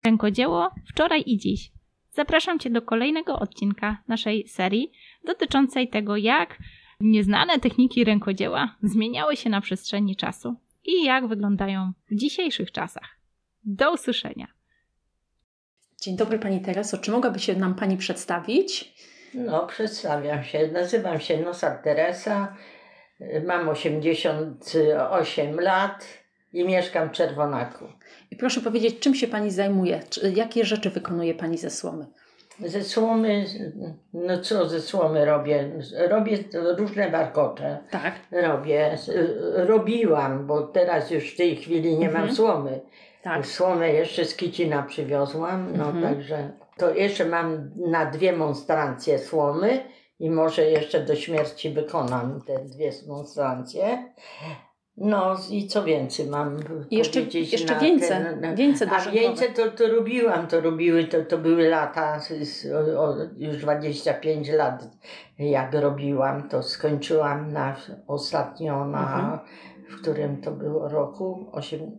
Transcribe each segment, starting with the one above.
Rękodzieło wczoraj i dziś. Zapraszam Cię do kolejnego odcinka naszej serii dotyczącej tego, jak nieznane techniki rękodzieła zmieniały się na przestrzeni czasu i jak wyglądają w dzisiejszych czasach. Do usłyszenia. Dzień dobry Pani Tereso, czy mogłaby się nam Pani przedstawić? No, przedstawiam się. Nazywam się Nosal Teresa, mam 88 lat i mieszkam w Czerwonaku. I proszę powiedzieć, czym się Pani zajmuje? Jakie rzeczy wykonuje Pani ze słomy? Ze słomy, no co ze słomy robię? Robię różne warkocze. Tak. Robiłam, bo teraz już w tej chwili nie mam słomy. Tak. Słomę jeszcze z Kicina przywiozłam, także to jeszcze mam na 2 monstrancje słomy i może jeszcze do śmierci wykonam te 2 monstrancje. No i co więcej mam powiedzieć? Jeszcze wieńce to były lata, już 25 lat jak robiłam, to skończyłam ostatnio w którym to było roku?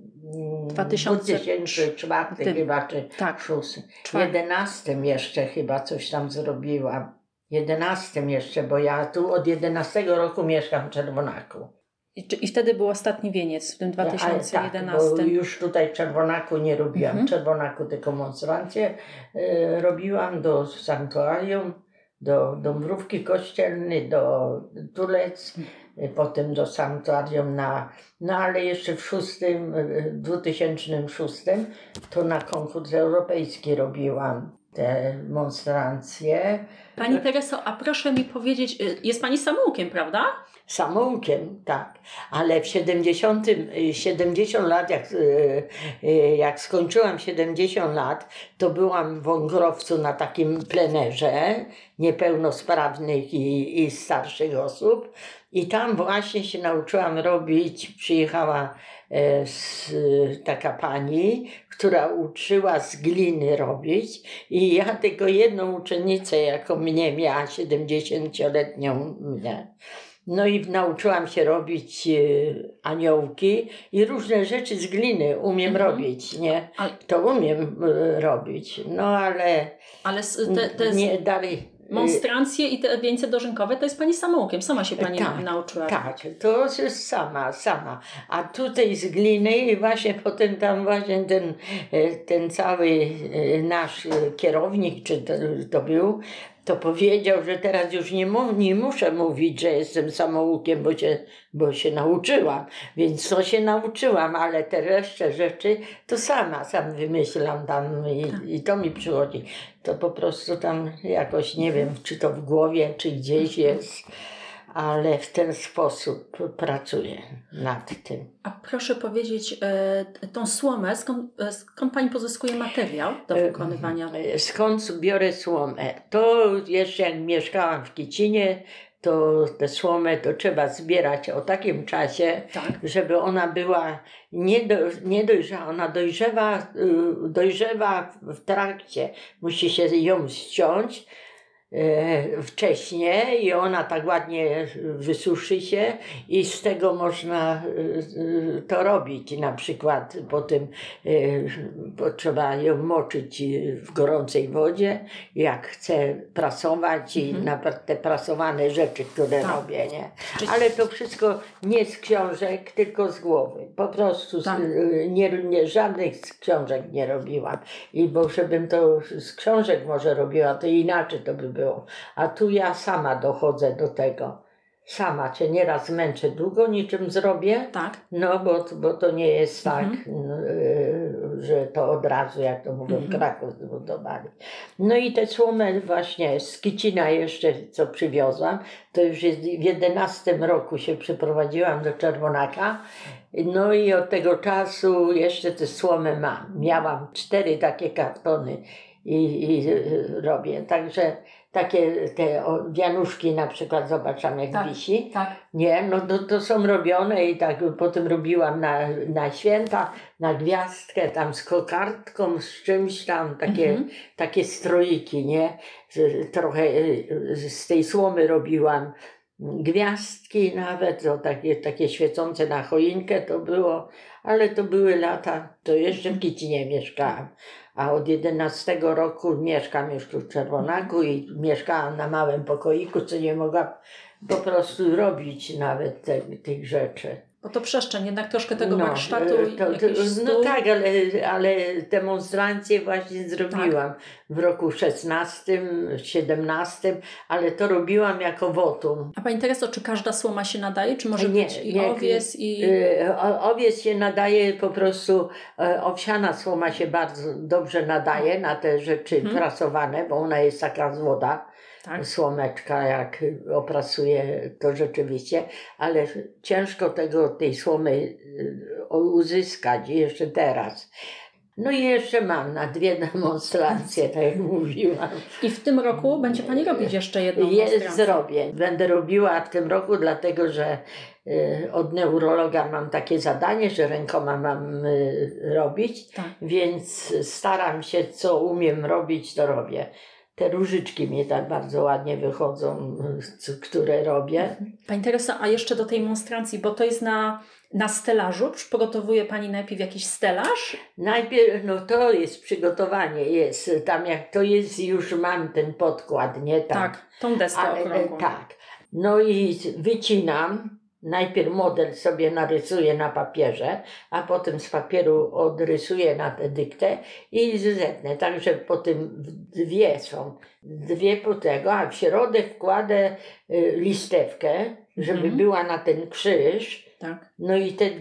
2004 chyba, czy tak. 6. W 11 jeszcze chyba coś tam zrobiłam. 11 jeszcze, bo ja tu od 11 roku mieszkam w Czerwonaku. I wtedy był ostatni wieniec w tym 2011. Tak, bo już tutaj w Czerwonaku nie robiłam. W Czerwonaku tylko monstrancje robiłam do sanktuarium, do Dąbrówki Kościelnej, do Tulec, potem do sanktuarium ale jeszcze w 2006 to na konkurs europejski robiłem te monstrancje. Pani Tereso, a proszę mi powiedzieć, jest Pani samoukiem, prawda? Samoukiem, tak, ale w 70 lat, jak skończyłam 70 lat, to byłam w Wągrowcu na takim plenerze niepełnosprawnych i starszych osób i tam właśnie się nauczyłam robić. Przyjechała taka pani, która uczyła z gliny robić i ja tylko jedną uczennicę, jako mnie miała 70-letnią mnie. No i nauczyłam się robić aniołki i różne rzeczy z gliny umiem robić, nie? To umiem robić, no ale nie dalej. Monstrancje i te wieńce dożynkowe to jest Pani samoukiem, sama się Pani nauczyła. Tak, to jest sama. A tutaj z gliny i właśnie potem tam właśnie ten cały nasz kierownik, czy to był, to powiedział, że teraz już nie muszę mówić, że jestem samoukiem, bo się nauczyłam. Więc to się nauczyłam, ale te resztę rzeczy to sam wymyślam tam i to mi przychodzi. To po prostu tam jakoś nie wiem, czy to w głowie, czy gdzieś jest, ale w ten sposób pracuję nad tym. A proszę powiedzieć, tą słomę, skąd Pani pozyskuje materiał do wykonywania? Skąd biorę słomę? To jeszcze jak mieszkałam w Kicinie, to tę słomę to trzeba zbierać o takim czasie, żeby ona była nie dojrzała, ona dojrzewa w trakcie. Musi się ją ściąć wcześniej i ona tak ładnie wysuszy się i z tego można to robić. Na przykład potem bo trzeba ją moczyć w gorącej wodzie, jak chcę prasować i naprawdę te prasowane rzeczy, które robię, nie? Ale to wszystko nie z książek, tylko z głowy. Po prostu żadnych z książek nie robiłam. I bo żebym to z książek może robiła, to inaczej to by było. A tu ja sama dochodzę do tego. Sama cię nieraz męczę długo, niczym zrobię. Tak. No bo to nie jest tak, że to od razu, jak to mówią, Kraków zbudowali. No i te słomę właśnie z Kicina jeszcze, co przywiozłam, to już jest w 11 roku się przyprowadziłam do Czerwonaka. No i od tego czasu jeszcze tę słomę mam. Miałam 4 takie kartony i robię. Także takie te wianuszki na przykład, zobaczam jak wisi. Tak. Nie, no to są robione i tak potem robiłam na święta, na gwiazdkę, tam z kokardką, z czymś tam, takie stroiki, nie? Trochę z tej słomy robiłam gwiazdki nawet, to takie świecące na choinkę to było, ale to były lata, to jeszcze w Kicinie mieszkałam. A od 11 roku mieszkam już tu w Czerwonaku i mieszkałam na małym pokoiku, co nie mogłam po prostu robić nawet tych rzeczy. Bo to przestrzeń, jednak troszkę tego warsztatu No tak, ale demonstracje właśnie zrobiłam w roku 16, 17, ale to robiłam jako wotum. A Pani Tereso, czy każda słoma się nadaje? Czy może być i owies i... Owies się nadaje po prostu, owsiana słoma się bardzo dobrze nadaje na te rzeczy prasowane, bo ona jest taka złoda. Tak. Słomeczka, jak oprasuje, to rzeczywiście, ale ciężko tej słomy uzyskać jeszcze teraz. No i jeszcze mam na 2 demonstracje, tak jak mówiłam. I w tym roku będzie Pani robić jeszcze jedną demonstrację? Zrobię. Będę robiła w tym roku, dlatego że od neurologa mam takie zadanie, że rękoma mam robić, tak. Więc staram się, co umiem robić, to robię. Te różyczki mi tak bardzo ładnie wychodzą, które robię. Pani Tereso, a jeszcze do tej monstrancji, bo to jest na stelażu. Przygotowuje Pani najpierw jakiś stelaż? Najpierw, no to jest przygotowanie, jest. Tam jak to jest, już mam ten podkład, nie? Tam. Tak, tą deskę okrągłą. Tak. No i wycinam. Najpierw model sobie narysuję na papierze, a potem z papieru odrysuję na tę dyktę i zetnę. Także potem 2 są. 2 po tego, a w środek wkładę listewkę, żeby była na ten krzyż. Tak. No i te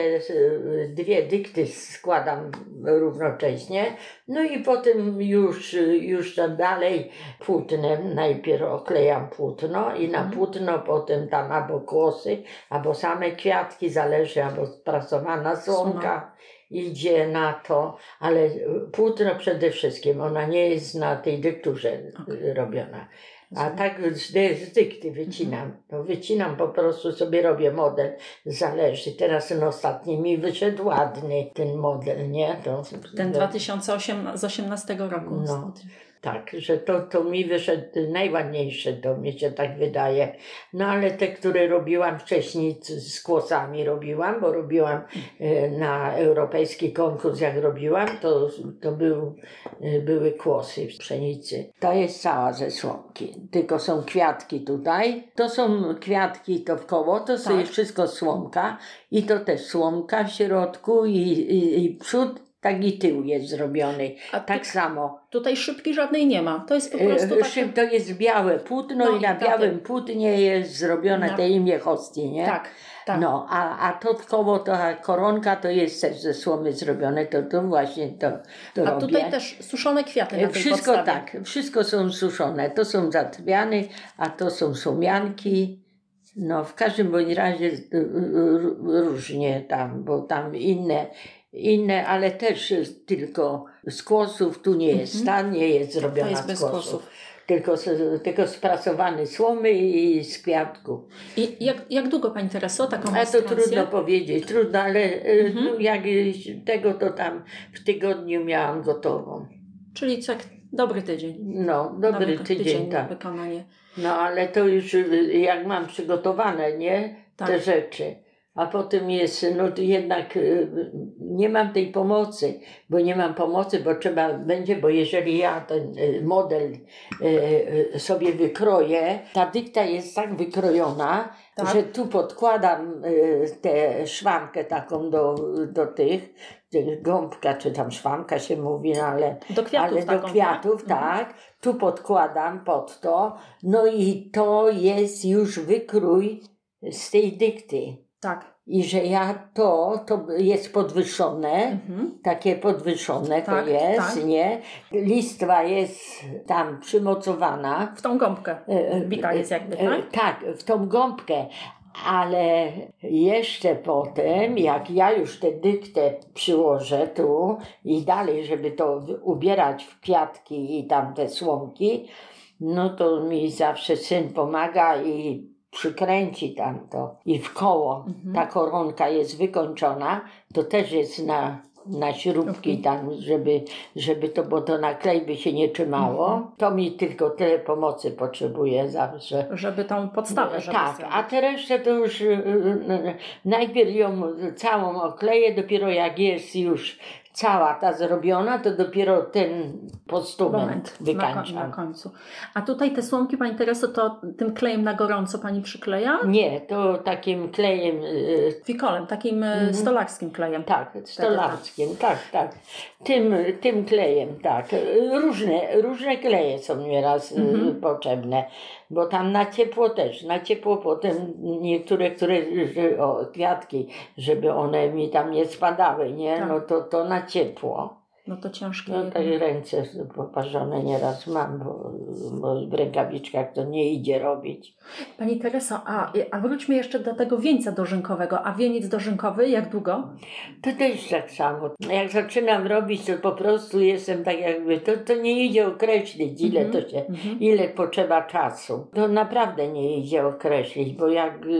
2 dykty składam równocześnie. No i potem już tam dalej płótnem, najpierw oklejam płótno i na płótno potem tam albo kłosy, albo same kwiatki, zależy, albo sprasowana słomka idzie na to, ale płótno przede wszystkim, ona nie jest na tej dykturze robiona. A tak z dykty wycinam. To wycinam, po prostu sobie robię model. Zależy. Teraz ten ostatni mi wyszedł ładny, ten model, nie? Ten 2018 roku. No. Tak, że to mi wyszedł najładniejsze, to mi się tak wydaje. No ale te, które robiłam wcześniej z kłosami robiłam, bo robiłam na europejski konkurs, jak robiłam, to były kłosy w pszenicy. To jest cała ze słomki, tylko są kwiatki tutaj. To są kwiatki, to w koło, to sobie wszystko słomka i to też słomka w środku i przód. Tak i tył jest zrobiony. Tak samo. Tutaj szybki żadnej nie ma. To jest po prostu takie... To jest białe płótno i na białym płótnie jest zrobione te imię hostii, nie? Tak. No, a to koło, ta koronka to jest też ze słomy zrobione, to właśnie to robię. A tutaj też suszone kwiaty na tej wszystko podstawie. Tak, wszystko są suszone. To są zatwiany, a to są słomianki. No, w każdym bądź razie różnie tam, bo tam inne, ale też tylko z kłosów, tu nie jest stan, nie jest zrobiona z kłosów. Tylko sprasowany słomy i z kwiatków. I jak długo Pani Tereso taką monstrację? A to trudno powiedzieć, ale jak tego to tam w tygodniu miałam gotową. Czyli tak dobry tydzień. No, dobry tydzień tak. Na wykonanie. No ale to już jak mam przygotowane, nie? Te rzeczy. A potem jest, no jednak nie mam tej pomocy, bo trzeba będzie, bo jeżeli ja ten model sobie wykroję, ta dykta jest tak wykrojona, że tu podkładam tę szwankę taką do tych, gąbka, czy tam szwanka się mówi, no ale do kwiatów, tak. Tu podkładam pod to, no i to jest już wykrój z tej dykty. Tak. I że ja to jest podwyższone, takie podwyższone to jest, nie? Listwa jest tam przymocowana. W tą gąbkę wbita jest jakby, tak? Tak, w tą gąbkę. Ale jeszcze potem, jak ja już tę dyktę przyłożę tu i dalej, żeby to ubierać w kwiatki i tam te słomki, no to mi zawsze syn pomaga i przykręci tam to i w koło ta koronka jest wykończona, to też jest na śrubki tam, żeby to, bo to na klej by się nie trzymało. To mi tylko tyle pomocy potrzebuje zawsze. Żeby tą podstawę, żeby Tak, zrobić. a te resztę to już najpierw ją całą okleję, dopiero jak jest już cała ta zrobiona, to dopiero ten postument wykańczam. Na końcu. A tutaj te słomki, Pani Tereso, to tym klejem na gorąco Pani przykleja? Nie, to takim klejem... Fikolem, takim stolarskim klejem. Tak, stolarskim, tak. Tym klejem, tak. Różne kleje są nieraz potrzebne, bo tam na ciepło potem niektóre, kwiatki, żeby one mi tam nie spadały, nie? Tak. No to na ciepło. No to ciężkie. No tak ręce poparzone nieraz mam, bo w rękawiczkach to nie idzie robić. Pani Tereso, a wróćmy jeszcze do tego wieńca dożynkowego. A wieniec dożynkowy jak długo? To też tak samo. Jak zaczynam robić, to po prostu jestem tak jakby, to nie idzie określić, ile potrzeba czasu. To naprawdę nie idzie określić, bo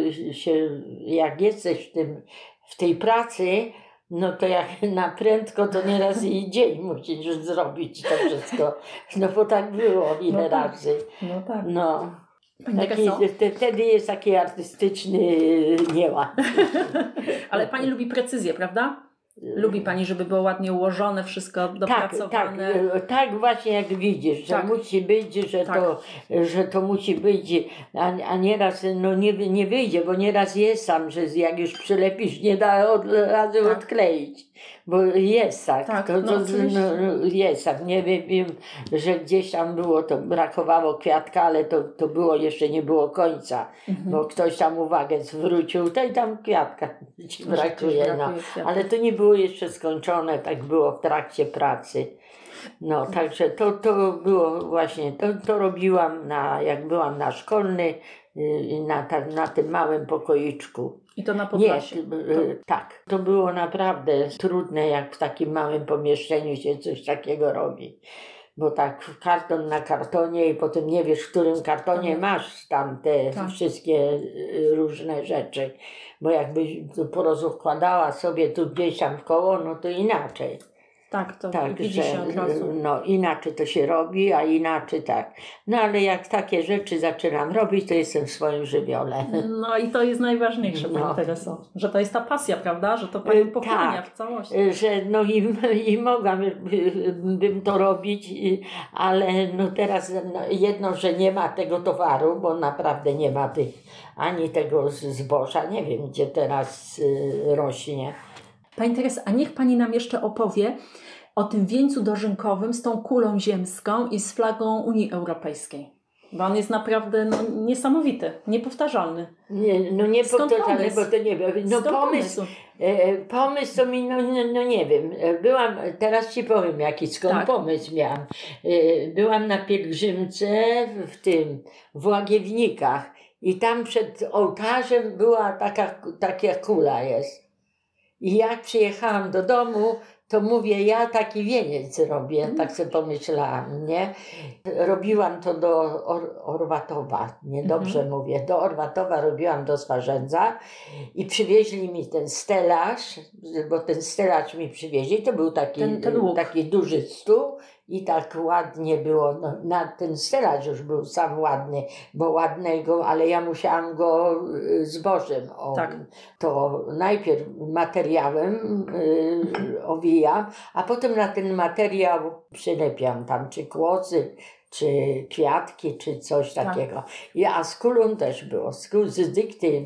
jak jesteś w tej pracy, no to jak na prędko, to nieraz i dzień musisz zrobić to wszystko. No bo tak było ile razy. No tak. No. Pani Wtedy jest taki artystyczny nieład. Ale Pani lubi precyzję, prawda? Lubi Pani, żeby było ładnie ułożone, wszystko dopracowane. Tak właśnie jak widzisz, że musi być, że to musi być, a nieraz nie wyjdzie, bo nieraz jest tam, że jak już przylepisz, nie da od razu odkleić. Bo jest tak, jest tak. Nie wiem, że gdzieś tam było, to brakowało kwiatka, ale to było, jeszcze nie było końca, bo ktoś tam uwagę zwrócił, to i tam kwiatka ci brakuje. Ale to nie było jeszcze skończone, tak było w trakcie pracy. No, także to było właśnie, to robiłam jak byłam na szkolny, na tym małym pokoiczku. I to na Podlasie? Tak. To było naprawdę trudne, jak w takim małym pomieszczeniu się coś takiego robi. Bo tak karton na kartonie i potem nie wiesz, w którym kartonie masz tam te wszystkie różne rzeczy. Bo jakbyś porozukładała sobie tu gdzieś tam w koło, no to inaczej. Tak, to widzi się od razu. No inaczej to się robi, a inaczej tak. No ale jak takie rzeczy zaczynam robić, to jestem w swoim żywiole. No i to jest najważniejsze, Pani Tereso. Że to jest ta pasja, prawda? Że to Pani pochłania w całości. Że i mogłabym to robić, ale teraz jedno, że nie ma tego towaru, bo naprawdę nie ma ani tego zboża, nie wiem gdzie teraz rośnie. Pani Tereso, a niech Pani nam jeszcze opowie o tym wieńcu dożynkowym z tą kulą ziemską i z flagą Unii Europejskiej. Bo on jest naprawdę niesamowity, niepowtarzalny. Niepowtarzalny, bo to nie wiem. Pomysł to mi, nie wiem. Teraz Ci powiem, skąd pomysł miałam. Byłam na pielgrzymce w Łagiewnikach i tam przed ołtarzem była taka kula jest. I jak przyjechałam do domu, to mówię, ja taki wieniec robię, tak sobie pomyślałam, nie? Robiłam to do Orwatowa, niedobrze mówię, do Orwatowa robiłam do Swarzędza i przywieźli mi ten stelaż, bo ten stelaż mi przywieźli, to był taki duży stół i tak ładnie było, na ten stelaż już był sam ładny, bo ładnego, ale ja musiałam go zbożem, to najpierw materiałem owijam, a potem na ten materiał przylepiam tam czy kłosy, czy kwiatki, czy coś takiego. A z kulą też było. Z dykty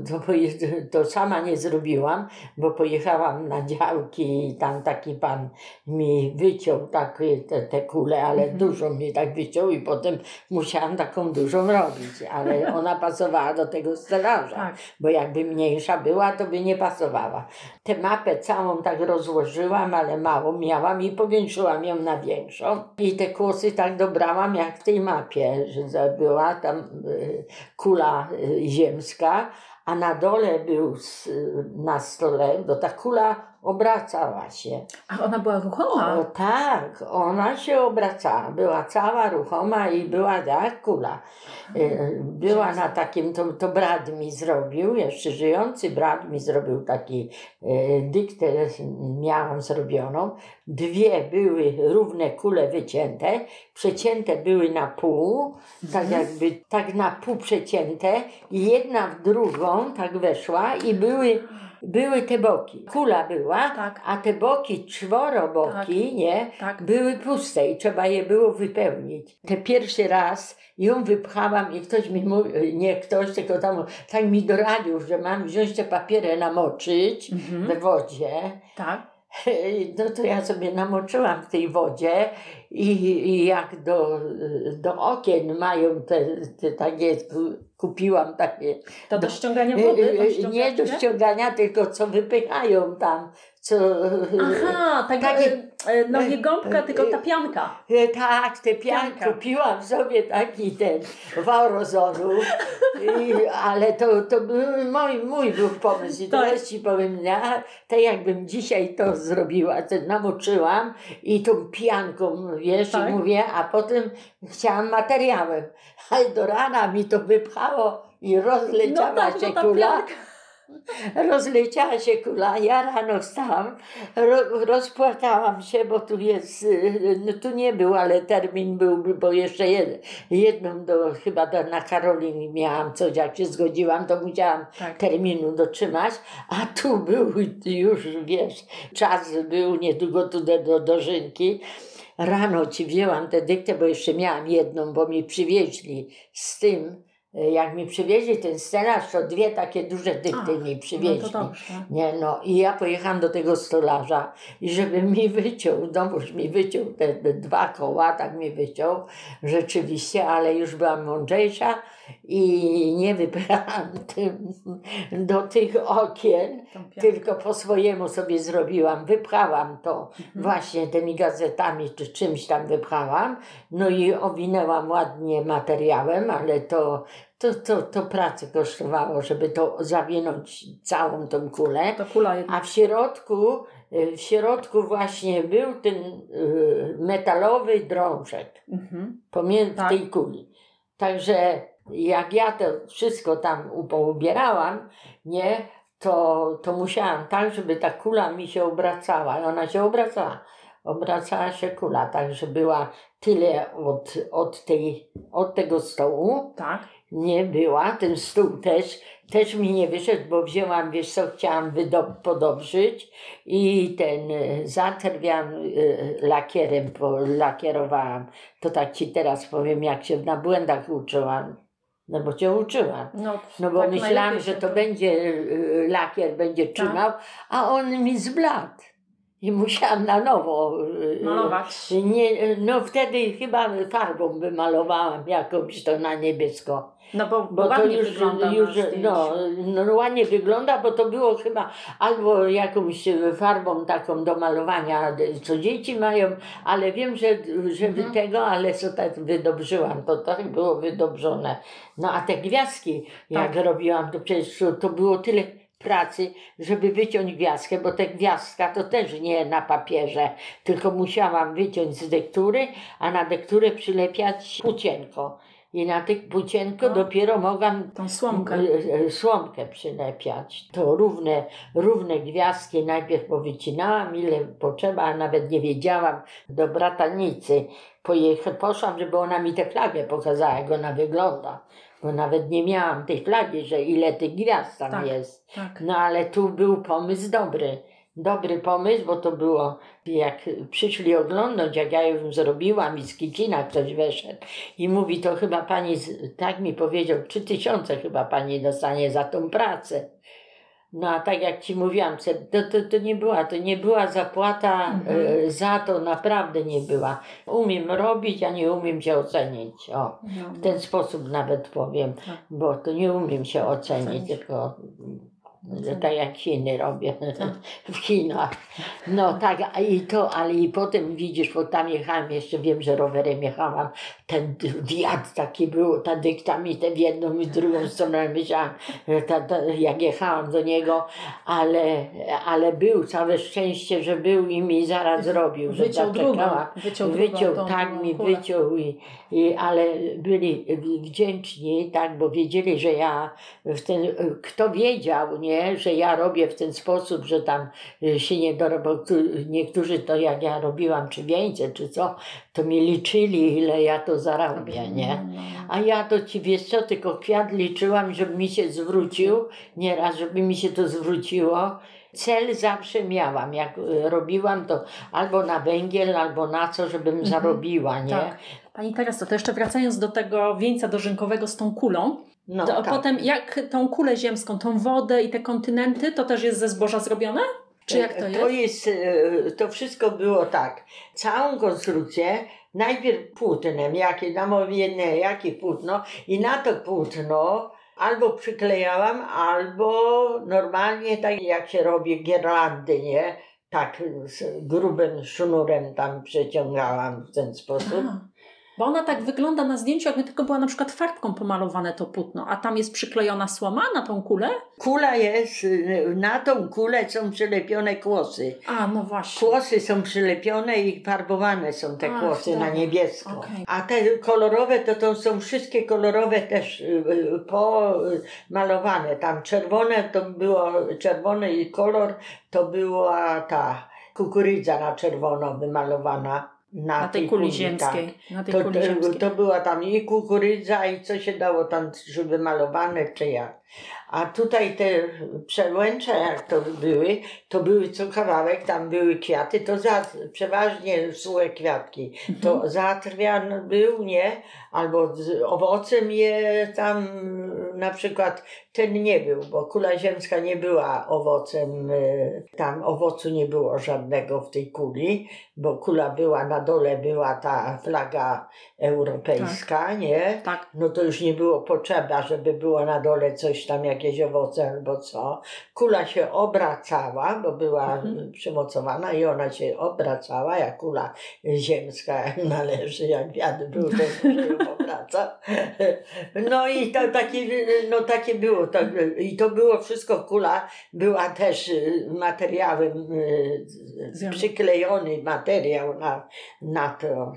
to sama nie zrobiłam, bo pojechałam na działki i tam taki pan mi wyciął te kule, ale dużo mi tak wyciął i potem musiałam taką dużą robić, ale ona pasowała do tego stelaża, bo jakby mniejsza była, to by nie pasowała. Tę mapę całą tak rozłożyłam, ale mało miałam i powiększyłam ją na większą i te kłosy tak dobrałam jak w tej mapie, że była tam kula ziemska, a na dole był na stole, ta kula obracała się. A ona była ruchoma? O, tak, ona się obracała, była cała ruchoma i była jak kula. Była na takim, to brat mi zrobił, jeszcze żyjący brat mi zrobił taki dyktę, miałam zrobioną. 2 były równe kule wycięte, przecięte były na pół, tak jakby tak na pół przecięte i jedna w drugą tak weszła i były te boki. Kula była, tak. A te boki, czworoboki, tak. nie, tak. były puste i trzeba je było wypełnić. Te pierwszy raz ją wypchałam i ktoś mi mówił, nie ktoś, tylko tam tak mi doradził, że mam wziąć te papiery, namoczyć we wodzie. Tak. No to ja sobie namoczyłam w tej wodzie i jak do okien mają te takie, kupiłam takie. To do ściągania wody? Nie do ściągania, tylko co wypychają tam. Aha, no nie gąbka, tylko ta pianka. Tak, te pianka. Kupiłam sobie taki ten aerozoru, ale to był mój był pomysł. I teraz ci powiem, tak jakbym dzisiaj to zrobiła, to namoczyłam i tą pianką, wiesz, i mówię, a potem chciałam materiałem. Ale do rana mi to wypchało i rozleciała się kula. Rozleciała się kula, ja rano wstałam, rozpłakałam się, bo tu jest, no tu nie był, ale termin był, bo jeszcze jedną chyba na Karolin miałam coś, jak się zgodziłam, to musiałam terminu dotrzymać, a tu był już, wiesz, czas był niedługo tu do dożynki. Rano ci wzięłam tę dyktę, bo jeszcze miałam jedną, bo mi przywieźli z tym. Jak mi przywieźli ten stelaż, to 2 takie duże dykty mi przywieźli. No to dobrze. Nie, no i ja pojechałam do tego stolarza i żeby mi wyciął, domuż mi wyciął te 2 koła, tak mi wyciął rzeczywiście, ale już byłam mądrzejsza i nie wybrałam do tych okien, tylko po swojemu sobie zrobiłam, wypchałam to właśnie tymi gazetami czy czymś tam wypchałam, no i owinęłam ładnie materiałem, ale to pracę kosztowało, żeby to zawinąć całą tą kulę, a w środku właśnie był ten metalowy drążek pomiędzy tej kuli. Także jak ja to wszystko tam poubierałam, nie, to musiałam tak, żeby ta kula mi się obracała i ona się obracała się kula, także była tyle od tego stołu. Tak. Nie była, ten stół też mi nie wyszedł, bo wzięłam, wiesz co, chciałam podobrzyć i ten zaczerwiam lakierem, lakierowałam. To tak ci teraz powiem, jak się na błędach uczyłam. No bo cię uczyłam. No bo tak myślałam, że to będzie, lakier będzie trzymał, a on mi zbladł. I musiałam na nowo malować. No wtedy chyba farbą wymalowałam jakąś to na niebiesko. No bo to ładnie wygląda no ładnie wygląda, bo to było chyba albo jakąś farbą taką do malowania, co dzieci mają, ale wiem, że tego, ale co tak wydobrzyłam, to tak było wydobrzone. No a te gwiazdki, jak robiłam, to przecież to było tyle pracy, żeby wyciąć gwiazdkę, bo ta gwiazdka to też nie na papierze, tylko musiałam wyciąć z dektury, a na dekturę przylepiać płócienko. I na tych płócienko dopiero mogłam tą słomkę przylepiać. To równe gwiazdki najpierw powycinałam, ile potrzeba, a nawet nie wiedziałam. Do bratanicy poszłam, żeby ona mi tę flagę pokazała, jak ona wygląda. Bo nawet nie miałam tej flagi, że ile tych gwiazd tam jest. Tak. No ale tu był pomysł dobry pomysł, bo to było, jak przyszli oglądać, jak ja już zrobiłam i z Kicina ktoś weszedł i mówi, to chyba pani, tak mi powiedział, 3000 chyba pani dostanie za tą pracę. No a tak jak ci mówiłam, to nie była zapłata za to, naprawdę nie była. Umiem robić, a nie umiem się ocenić. W ten sposób nawet powiem, bo to nie umiem się ocenić, tylko tak jak Chiny robią w Chinach. No tak, ale i potem widzisz, bo tam jechałem, jeszcze wiem, że rowerem jechałam, ten wiatr taki był, ta dyktamita w jedną i w drugą stronę, myślałam, jak jechałam do niego, ale był, całe szczęście, że był i mi zaraz zrobił, że zaczekała. Wyciął, tak mi wyciął, ale byli wdzięczni, tak, bo wiedzieli, że ja kto wiedział, nie, że ja robię w ten sposób, że tam się nie dorobią, niektórzy to jak ja robiłam, czy wieńce, czy co, to mi liczyli, ile ja to zarabię, nie? A ja to ci, wiesz co, tylko kwiat liczyłam, żeby mi się zwrócił, nieraz, żeby mi się to zwróciło. Cel zawsze miałam, jak robiłam to albo na węgiel, albo na co, żebym zarobiła, nie? Tak. Pani Tereso, to jeszcze wracając do tego wieńca dożynkowego z tą kulą, tak. Potem jak tą kulę ziemską, tą wodę i te kontynenty, to też jest ze zboża zrobione? Czy jak to jest? To wszystko było tak. Całą konstrukcję najpierw płótnem, jakie płótno i na to płótno albo przyklejałam, albo normalnie tak jak się robi girlandy, nie? Tak z grubym sznurem tam przeciągałam w ten sposób. Bo ona tak wygląda na zdjęciu, jakby tylko była na przykład farbką pomalowane to płótno, a tam jest przyklejona słoma na tą kulę? Kula jest, na tą kulę są przylepione kłosy. No właśnie. Kłosy są przylepione i farbowane są te kłosy na niebiesko. Okay. A te kolorowe to są wszystkie kolorowe też pomalowane. Tam czerwone to było, czerwony kolor to była ta kukurydza na czerwono wymalowana. Na tej kuli ziemskiej. Tak. To była tam i kukurydza i co się dało tam, żeby malowane czy jak. A tutaj te przełęcze jak to były co kawałek, tam były kwiaty, to przeważnie suche kwiatki. To zatrwian był, nie? Albo z owocem je tam na przykład ten nie był, bo kula ziemska nie była owocem, tam owocu nie było żadnego w tej kuli, bo kula była, na dole była ta flaga europejska, nie? Tak. No to już nie było potrzeba, żeby było na dole coś tam, jakieś owoce albo co. Kula się obracała, bo była przymocowana i ona się obracała, jak kula ziemska jak należy, jak wiatr był, to się ją obraca. No i to takie było. I to było wszystko, kula była też materiałem, przyklejony materiał na to.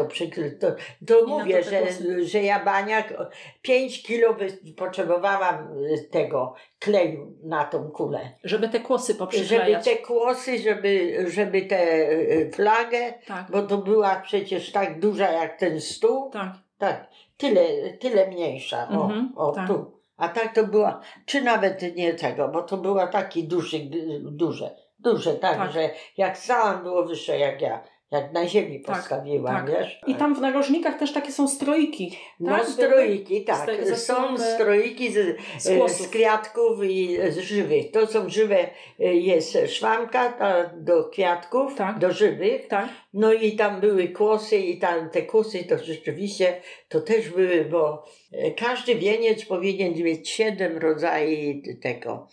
To mówię, że ja baniak 5 kilo potrzebowałam tego kleju na tą kulę. Żeby te kłosy poprzyklejać. Żeby te kłosy, żeby tę flagę, bo to była przecież tak duża jak ten stół. Tak. Tyle mniejsza. Tu. A tak to była, czy nawet nie tego, bo to była taki duże, tak, że jak stałam było wyższe jak ja. Jak na ziemi postawiłam, wiesz? I tam w narożnikach też takie są stroiki. No stroiki, tak. Są stroiki z kwiatków i z żywych. To są żywe, jest szwanka do kwiatków, do żywych. Tak. No i tam były kłosy i tam te kłosy to rzeczywiście to też były, bo każdy wieniec powinien mieć 7 rodzajów tego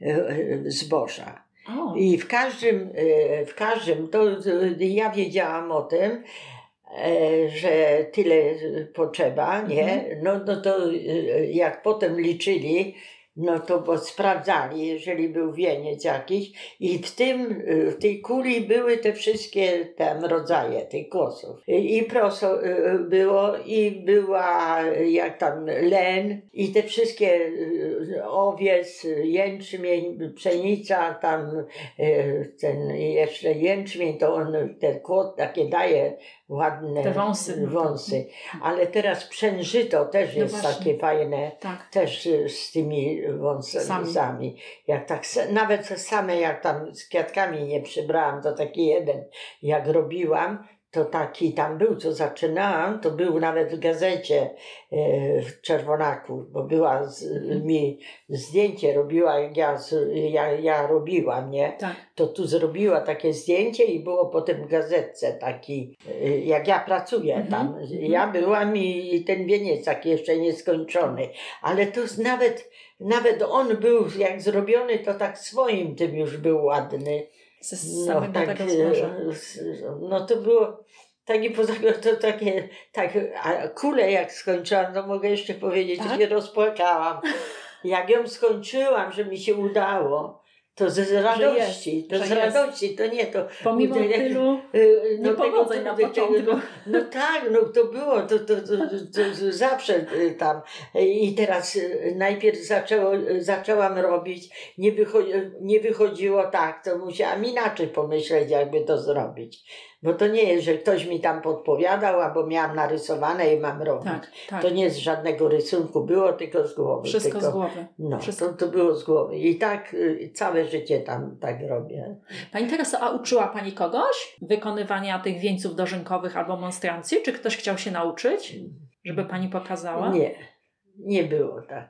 zboża. I w każdym, to ja wiedziałam o tym, że tyle potrzeba, nie? No to jak potem liczyli, no to bo sprawdzali, jeżeli był wieniec jakiś i w tej kuli były te wszystkie tam rodzaje tych kłosów. I proso było i była jak tam len i te wszystkie owiec, jęczmień, pszenica, tam ten jeszcze jęczmień, to on ten kłos takie daje ładne te wąsy. Ale teraz przężyto też jest takie fajne, też z tymi wąsami. Jak tak, nawet same jak tam z kwiatkami nie przybrałam, to taki jeden jak robiłam, to taki tam był, co zaczynałam, to był nawet w gazecie w Czerwonaku, bo była mi zdjęcie robiła, jak ja robiłam, nie? Tak. To tu zrobiła takie zdjęcie i było potem w gazetce taki, jak ja pracuję tam. Ja byłam i ten wieniec taki jeszcze nieskończony, ale to nawet on był jak zrobiony, to tak swoim tym już był ładny. Ze samego tego zboża. No to było takie poza to takie, a kulę jak skończyłam, to mogę jeszcze powiedzieć, tak? że się rozpłakałam. Jak ją skończyłam, że mi się udało, to z radości, to nie to. Pomimo tylu niepowodzeń na początku. No tak, no to było, to zawsze tam. I teraz najpierw zaczęłam robić, nie wychodziło tak, to musiałam inaczej pomyśleć, jakby to zrobić. Bo to nie jest, że ktoś mi tam podpowiadał, albo miałam narysowane i mam robić. Tak. To nie z żadnego rysunku było, tylko z głowy. Wszystko z głowy. No, to było z głowy. I tak całe życie tam tak robię. Pani Tereso, a uczyła Pani kogoś wykonywania tych wieńców dożynkowych albo monstrancji? Czy ktoś chciał się nauczyć, żeby Pani pokazała? Nie było tak,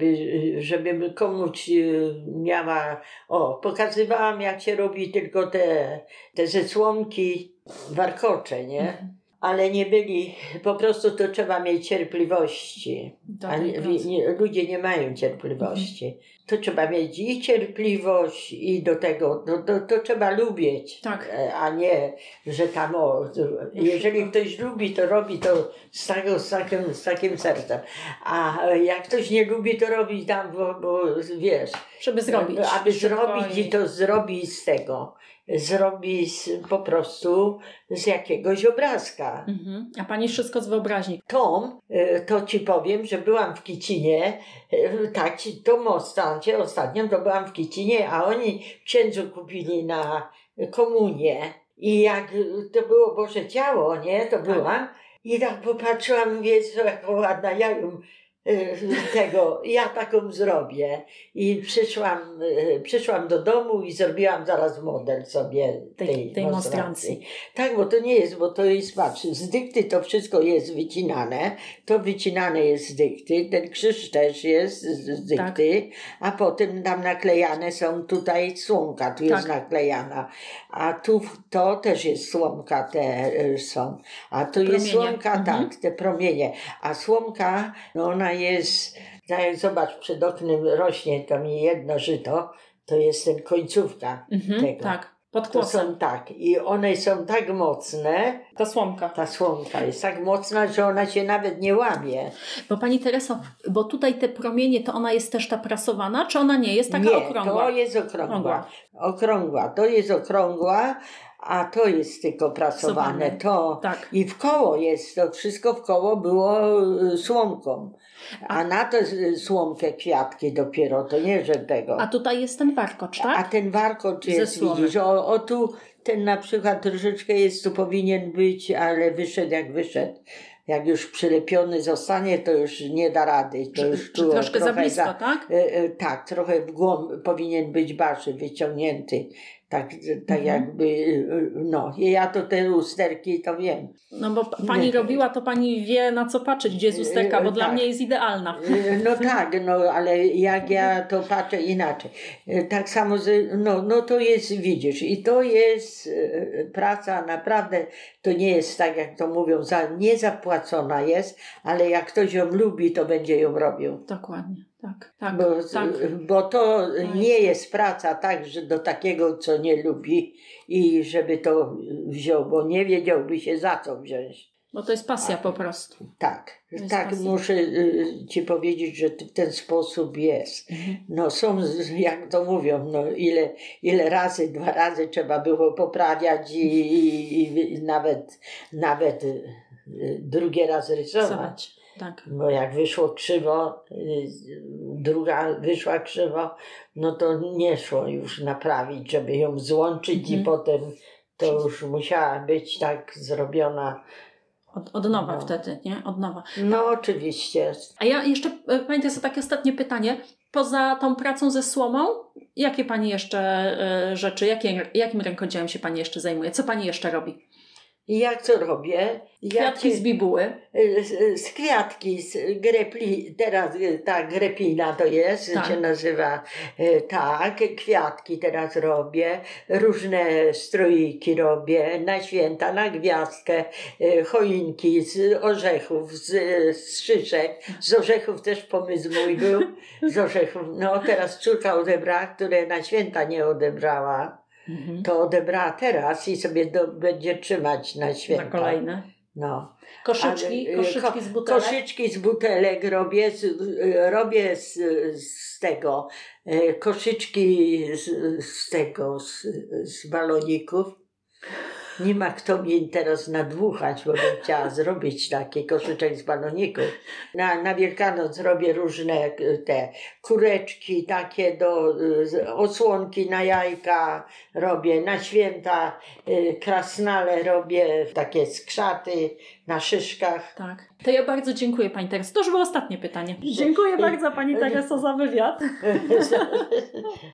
żeby komuś miała... pokazywałam, jak się robi tylko te ze słomki warkocze, nie? Ale nie byli, po prostu to trzeba mieć cierpliwości. Ludzie nie mają cierpliwości. To trzeba mieć i cierpliwość i do tego, to trzeba lubić. Tak. A nie, że tam jeżeli ktoś lubi, to robi to z takim sercem. A jak ktoś nie lubi, to robi tam, bo wiesz. Żeby zrobić. Aby zrobić i to zrobi z tego. Zrobi po prostu z jakiegoś obrazka. A Pani wszystko z wyobraźni. To ci powiem, że byłam w Kicinie, ostatnio to byłam w Kicinie, a oni księdzu kupili na komunię. I jak to było Boże Ciało, nie, to byłam i tak popatrzyłam, mówię, co jaka ładna, ja taką zrobię. I przyszłam do domu i zrobiłam zaraz model sobie tej monstrancji. Tak, bo to nie jest, bo to jest, patrz, z dykty to wszystko jest wycinane, to wycinane jest z dykty, ten krzyż też jest z dykty, a potem tam naklejane są tutaj słomka, tu jest naklejana, a tu to też jest słomka, te są, a tu jest słomka, te promienie, a słomka, no ona jest, jak zobacz, przed oknem rośnie tam jedno żyto, to jest ten końcówka tego. Tak, pod kłosem. I one są tak mocne. Ta słomka jest tak mocna, że ona się nawet nie łamie. Bo Pani Tereso, bo tutaj te promienie, to ona jest też ta prasowana, czy ona nie jest taka okrągła? To jest okrągła. To jest okrągła, a to jest tylko prasowane. I w koło jest, to wszystko w koło było słomką. A na tę słomkę kwiatki dopiero, to nie, że tego. A tutaj jest ten warkocz, tak? A ten warkocz jest, widzisz, tu ten na przykład troszeczkę jest, tu powinien być, ale wyszedł jak wyszedł. Jak już przylepiony zostanie, to już nie da rady. To już troszkę za blisko, tak? Tak, trochę w głąb powinien być bardziej wyciągnięty. Tak jakby, no. Ja to te lusterki to wiem. No bo Pani robiła, to Pani wie, na co patrzeć, gdzie jest lusterka, bo dla mnie jest idealna. No tak, ale jak ja to patrzę inaczej. Tak samo, no to jest, widzisz, i to jest praca naprawdę, to nie jest tak, jak to mówią, niezapłacona jest, ale jak ktoś ją lubi, to będzie ją robił. Dokładnie. Tak. Bo to nie jest praca tak, że do takiego, co nie lubi i żeby to wziął, bo nie wiedziałby się za co wziąć. Bo to jest pasja po prostu. Tak, muszę ci powiedzieć, że w ten sposób jest. No są, jak to mówią, no ile razy, 2 razy trzeba było poprawiać i nawet drugi raz rysować. Tak. Bo jak wyszło krzywo, druga wyszła krzywo, no to nie szło już naprawić, żeby ją złączyć i potem to już musiała być tak zrobiona. Od nowa wtedy, nie? Od nowa. No oczywiście. A ja jeszcze, Pani Tereso, takie ostatnie pytanie. Poza tą pracą ze słomą, jakie Pani jeszcze rzeczy, jakim rękodziełem się Pani jeszcze zajmuje? Co Pani jeszcze robi? I jak co robię? Kwiatki z bibuły. Z kwiatki, z grepli, teraz ta grepina to jest, Tak. się nazywa, tak, kwiatki teraz robię, różne stroiki robię, na święta, na gwiazdkę, choinki z orzechów, z szyszek, z orzechów też pomysł mój był, z orzechów, no teraz córka odebrała, które na święta nie odebrała, to odebrała teraz i sobie będzie trzymać na święta. Na kolejne. No. Koszyczki z butelek. Koszyczki z butelek robię z tego, koszyczki z baloników. Nie ma kto mi teraz nadmuchać, bo bym chciała zrobić taki koszyczek z baloników. Na Wielkanoc robię różne te kureczki, takie osłonki na jajka robię, na święta krasnale robię, takie skrzaty na szyszkach. Tak. To ja bardzo dziękuję Pani Tereso. To już było ostatnie pytanie. Dziękuję bardzo Pani Tereso za wywiad.